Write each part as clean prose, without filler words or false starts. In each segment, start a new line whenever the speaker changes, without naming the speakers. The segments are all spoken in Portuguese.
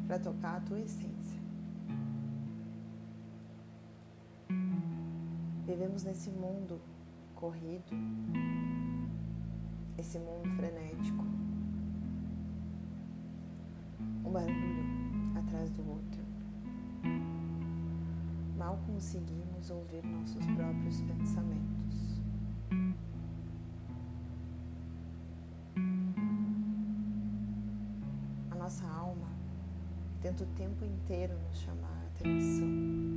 para tocar a tua essência. Vivemos nesse mundo corrido, esse mundo frenético, um barulho atrás do outro. Mal conseguimos ouvir nossos próprios pensamentos. A nossa alma tenta o tempo inteiro nos chamar a atenção,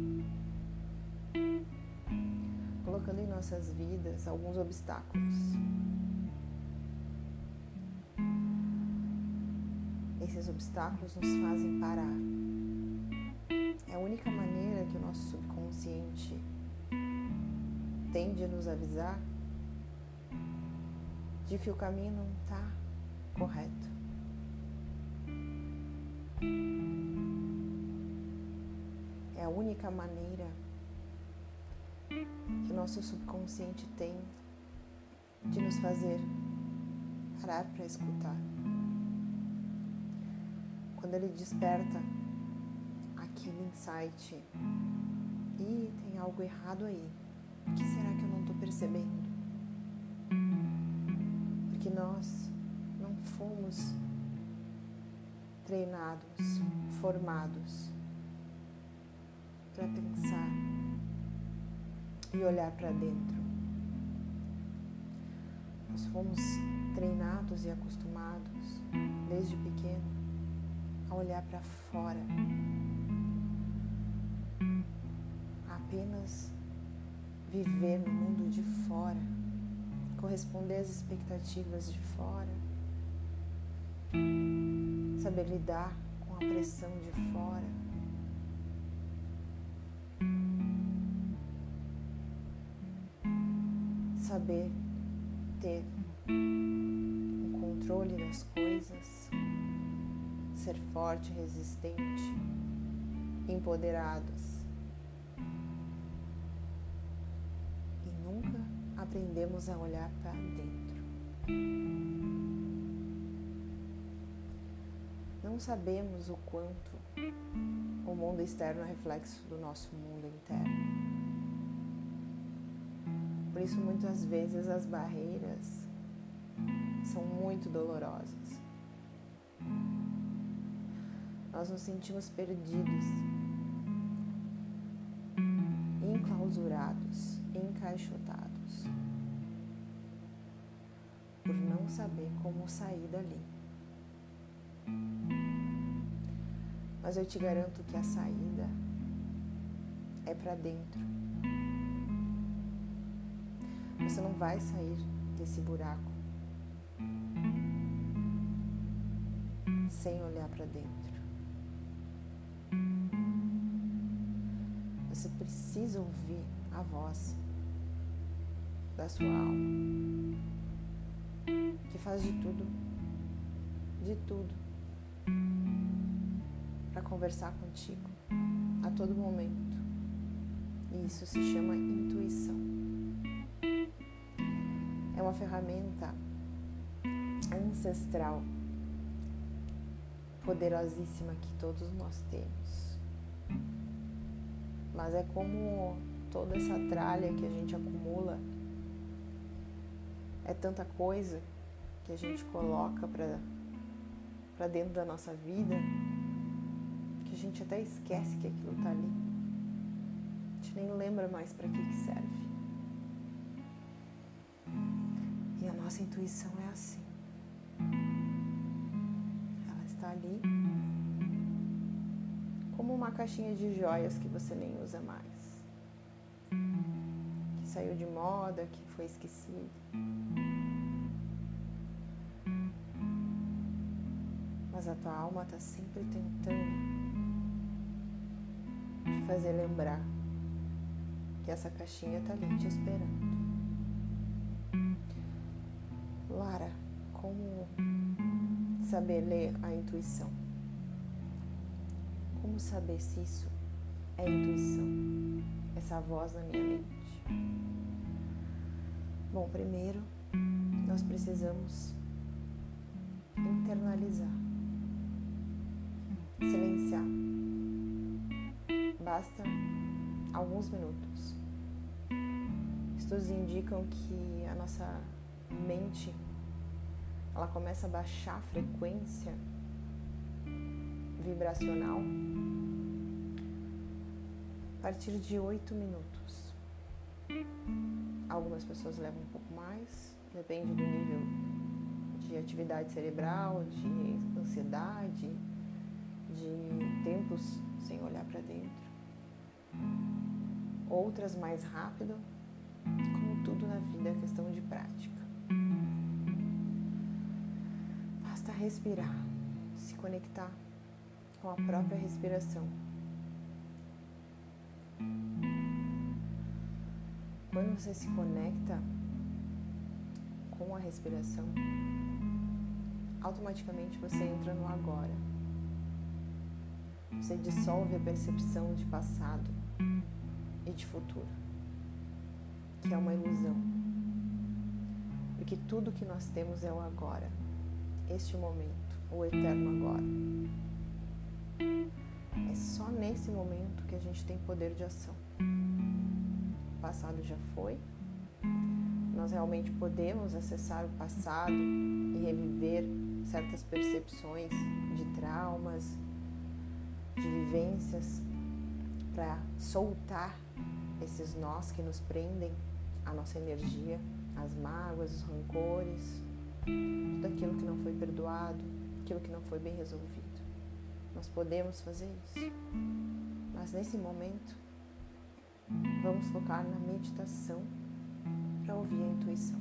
colocando em nossas vidas alguns obstáculos. Esses obstáculos nos fazem parar. É a única maneira que o nosso subconsciente tem de nos avisar de que o caminho não está correto. É a única maneira que o nosso subconsciente tem de nos fazer parar para escutar. Quando ele desperta aquele insight, e tem algo errado aí, o que será que eu não estou percebendo? Porque nós não fomos treinados, formados para pensar e olhar para dentro. Nós fomos treinados e acostumados desde pequeno a olhar para fora, a apenas viver no mundo de fora, corresponder às expectativas de fora, saber lidar com a pressão de fora. Saber ter um controle das coisas, ser forte, resistente, empoderados. E nunca aprendemos a olhar para dentro. Não sabemos o quanto o mundo externo é reflexo do nosso mundo interno. Por isso, muitas vezes, as barreiras são muito dolorosas. Nós nos sentimos perdidos, enclausurados, encaixotados, por não saber como sair dali. Mas eu te garanto que a saída é para dentro. Você não vai sair desse buraco sem olhar para dentro. Você precisa ouvir a voz da sua alma, que faz de tudo para conversar contigo a todo momento. E isso se chama intuição. É uma ferramenta ancestral, poderosíssima que todos nós temos. Mas é como toda essa tralha que a gente acumula, é tanta coisa que a gente coloca para dentro da nossa vida, que a gente até esquece que aquilo está ali. A gente nem lembra mais para que serve. E a nossa intuição é assim. Ela está ali como uma caixinha de joias que você nem usa mais, que saiu de moda, que foi esquecido. Mas a tua alma está sempre tentando te fazer lembrar que essa caixinha está ali te esperando. Lara, como saber ler a intuição? Como saber se isso é intuição? Essa voz na minha mente? Bom, primeiro nós precisamos internalizar, silenciar basta alguns minutos. Estudos indicam que a nossa mente, ela começa a baixar a frequência vibracional a partir de 8 minutos. Algumas pessoas levam um pouco mais, depende do nível de atividade cerebral, de ansiedade, de tempos sem olhar para dentro. Outras mais rápido, como tudo na vida é questão de prática. Basta respirar, se conectar com a própria respiração. Quando você se conecta com a respiração, automaticamente você entra no agora. Você dissolve a percepção de passado e de futuro, que é uma ilusão. Porque tudo que nós temos é o agora, este momento, o eterno agora. É só nesse momento que a gente tem poder de ação. O passado já foi. Nós realmente podemos acessar o passado e reviver certas percepções de traumas, de vivências, para soltar esses nós que nos prendem a nossa energia, as mágoas, os rancores, tudo aquilo que não foi perdoado, aquilo que não foi bem resolvido. Nós podemos fazer isso, mas nesse momento vamos focar na meditação para ouvir a intuição.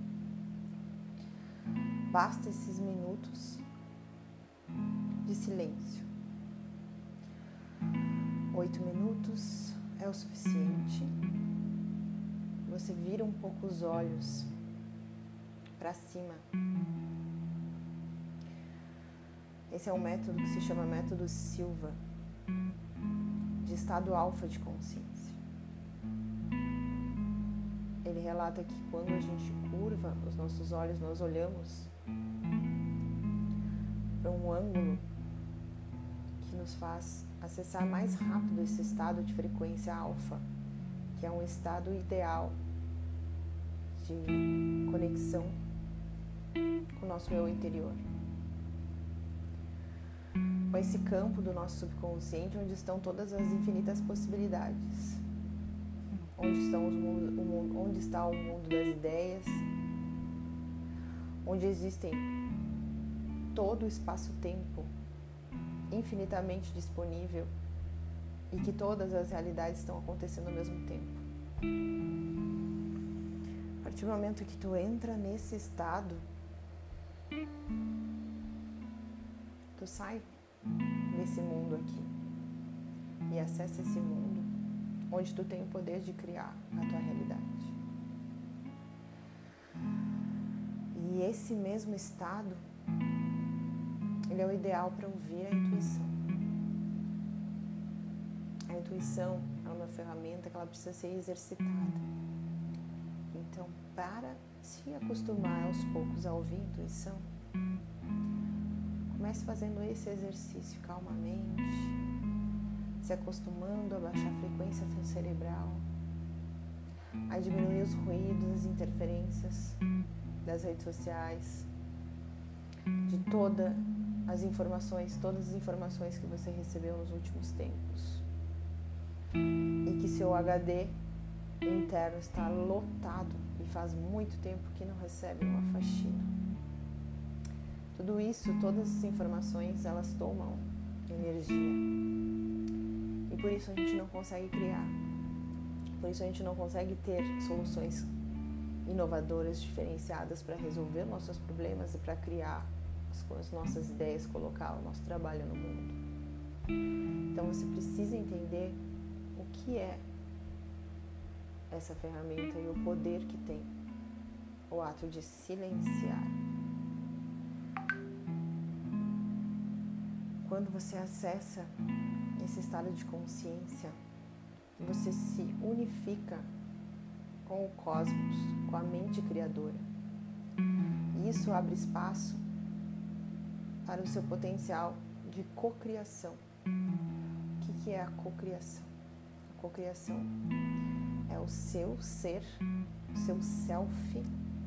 Basta esses minutos de silêncio. 8 minutos é o suficiente. Você vira um pouco os olhos para cima. Esse é um método que se chama método Silva, de estado alfa de consciência. Ele relata que quando a gente curva os nossos olhos, nós olhamos para um ângulo que nos faz acessar mais rápido esse estado de frequência alfa, que é um estado ideal de conexão com o nosso eu interior. Com esse campo do nosso subconsciente onde estão todas as infinitas possibilidades, onde está o mundo das ideias, onde existem todo o espaço-tempo infinitamente disponível e que todas as realidades estão acontecendo ao mesmo tempo. A partir do momento que tu entra nesse estado, tu sai desse mundo aqui e acessa esse mundo onde tu tem o poder de criar a tua realidade. E esse mesmo estado, ele é o ideal para ouvir a intuição. A intuição é uma ferramenta que ela precisa ser exercitada. Então, para se acostumar aos poucos a ouvir a intuição, comece fazendo esse exercício calmamente, se acostumando a baixar a frequência cerebral, a diminuir os ruídos, as interferências das redes sociais, de todas as informações que você recebeu nos últimos tempos. E que seu HD interno está lotado e faz muito tempo que não recebe uma faxina. Tudo isso, todas essas informações, elas tomam energia. E por isso a gente não consegue criar. Por isso a gente não consegue ter soluções inovadoras, diferenciadas para resolver nossos problemas e para criar as nossas ideias, colocar o nosso trabalho no mundo. Então você precisa entender o que é essa ferramenta e o poder que tem o ato de silenciar. Quando você acessa esse estado de consciência, você se unifica com o cosmos, com a mente criadora. E isso abre espaço para o seu potencial de cocriação. O que é a cocriação? cocriação. É o seu ser, o seu self,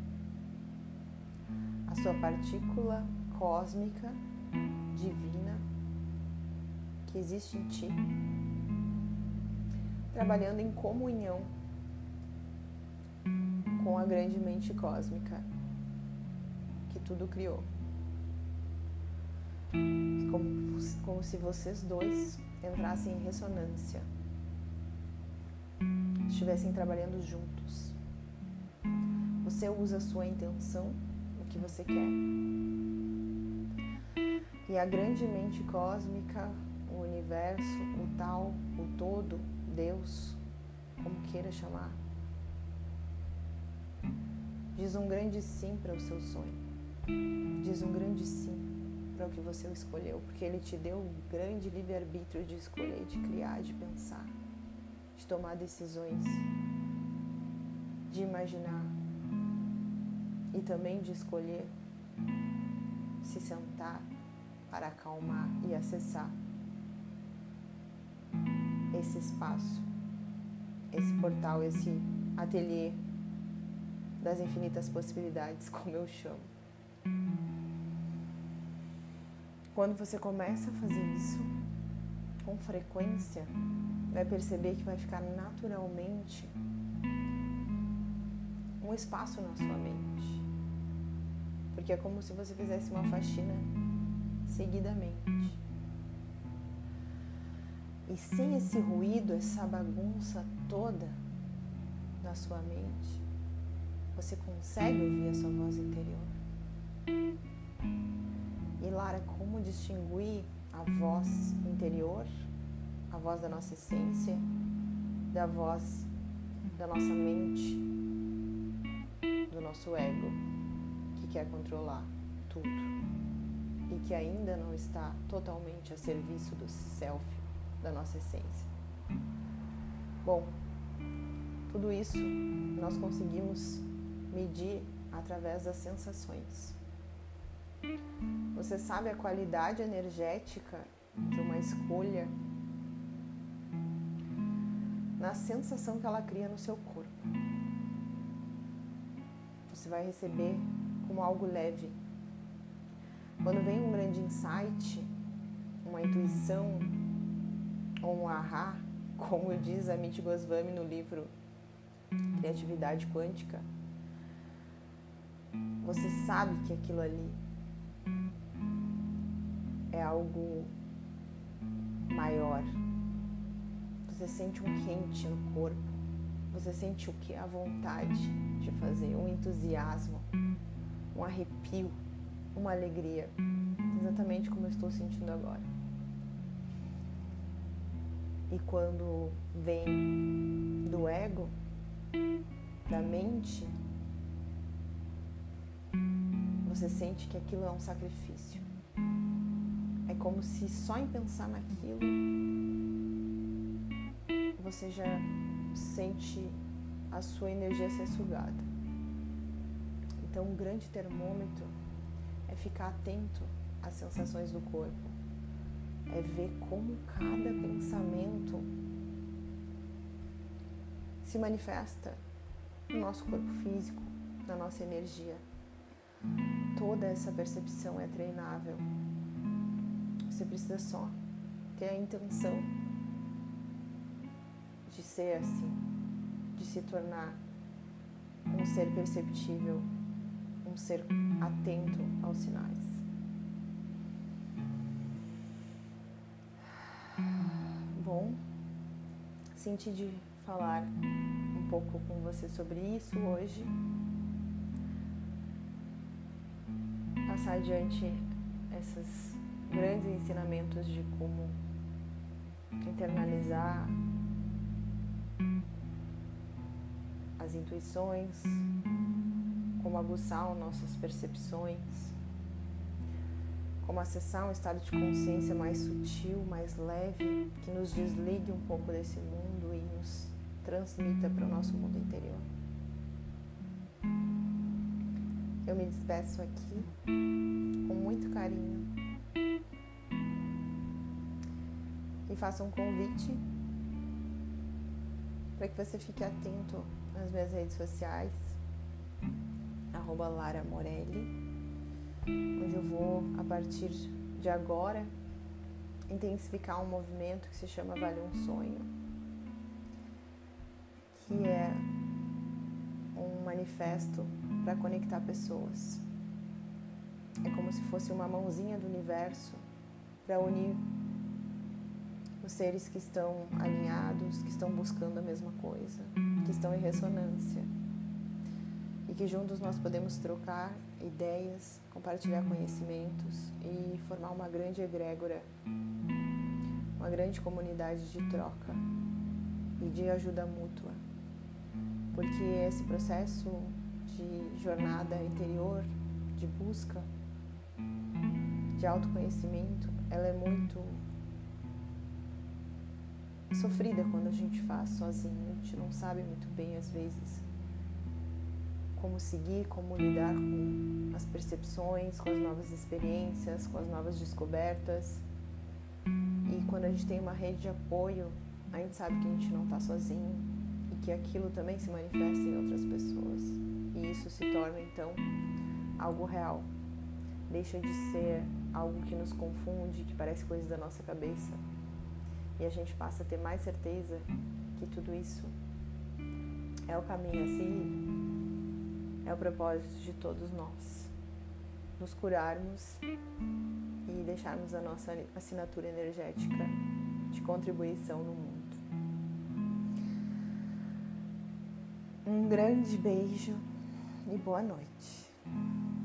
a sua partícula cósmica, divina, que existe em ti, trabalhando em comunhão com a grande mente cósmica que tudo criou. Como se vocês dois entrassem em ressonância, estivessem trabalhando juntos. Você usa a sua intenção, o que você quer, e a grande mente cósmica, o universo, o tal, o todo, Deus, como queira chamar, diz um grande sim para o seu sonho, diz um grande sim para o que você escolheu, porque Ele te deu um grande livre-arbítrio de escolher, de criar, de pensar, de tomar decisões, de imaginar e também de escolher se sentar para acalmar e acessar esse espaço, esse portal, esse ateliê das infinitas possibilidades, como eu chamo. Quando você começa a fazer isso com frequência, vai perceber que vai ficar naturalmente um espaço na sua mente, porque é como se você fizesse uma faxina seguidamente. E sem esse ruído, essa bagunça toda na sua mente, você consegue ouvir a sua voz interior. E Lara, como distinguir a voz interior, a voz da nossa essência, da voz da nossa mente, do nosso ego, que quer controlar tudo e que ainda não está totalmente a serviço do self, da nossa essência? Bom, tudo isso nós conseguimos medir através das sensações. Você sabe a qualidade energética de uma escolha na sensação que ela cria no seu corpo. Você vai receber como algo leve. Quando vem um grande insight, uma intuição ou um ahá, como diz Amit Goswami no livro Criatividade Quântica, você sabe que aquilo ali é algo maior. Você sente um quente no corpo. Você sente o que? A vontade de fazer, um entusiasmo, um arrepio, uma alegria. Exatamente como eu estou sentindo agora. E quando vem do ego, da mente, você sente que aquilo é um sacrifício. É como se só em pensar naquilo você já sente a sua energia ser sugada. Então, um grande termômetro é ficar atento às sensações do corpo, é ver como cada pensamento se manifesta no nosso corpo físico, na nossa energia. Toda essa percepção é treinável. Você precisa só ter a intenção de ser assim, de se tornar um ser perceptível, um ser atento aos sinais. Bom, senti de falar um pouco com você sobre isso hoje. Passar adiante esses grandes ensinamentos de como internalizar as intuições, como aguçar nossas percepções, como acessar um estado de consciência mais sutil, mais leve, que nos desligue um pouco desse mundo e nos transmita para o nosso mundo interior. Eu me despeço aqui com muito carinho e faço um convite para que você fique atento nas minhas redes sociais, @LaraMorelli, onde eu vou, a partir de agora, intensificar um movimento que se chama Vale um Sonho, que é um manifesto para conectar pessoas. É como se fosse uma mãozinha do universo para unir os seres que estão alinhados, que estão buscando a mesma coisa, que estão em ressonância. E que juntos nós podemos trocar ideias, compartilhar conhecimentos e formar uma grande egrégora, uma grande comunidade de troca e de ajuda mútua. Porque esse processo de jornada interior, de busca, de autoconhecimento, ela é muito sofrida quando a gente faz sozinho. A gente não sabe muito bem, às vezes, como seguir, como lidar com as percepções, com as novas experiências, com as novas descobertas. E quando a gente tem uma rede de apoio, a gente sabe que a gente não está sozinho e que aquilo também se manifesta em outras pessoas. E isso se torna, então, algo real. Deixa de ser algo que nos confunde, que parece coisa da nossa cabeça. E a gente passa a ter mais certeza que tudo isso é o caminho a seguir. É o propósito de todos nós, nos curarmos e deixarmos a nossa assinatura energética de contribuição no mundo. Um grande beijo e boa noite.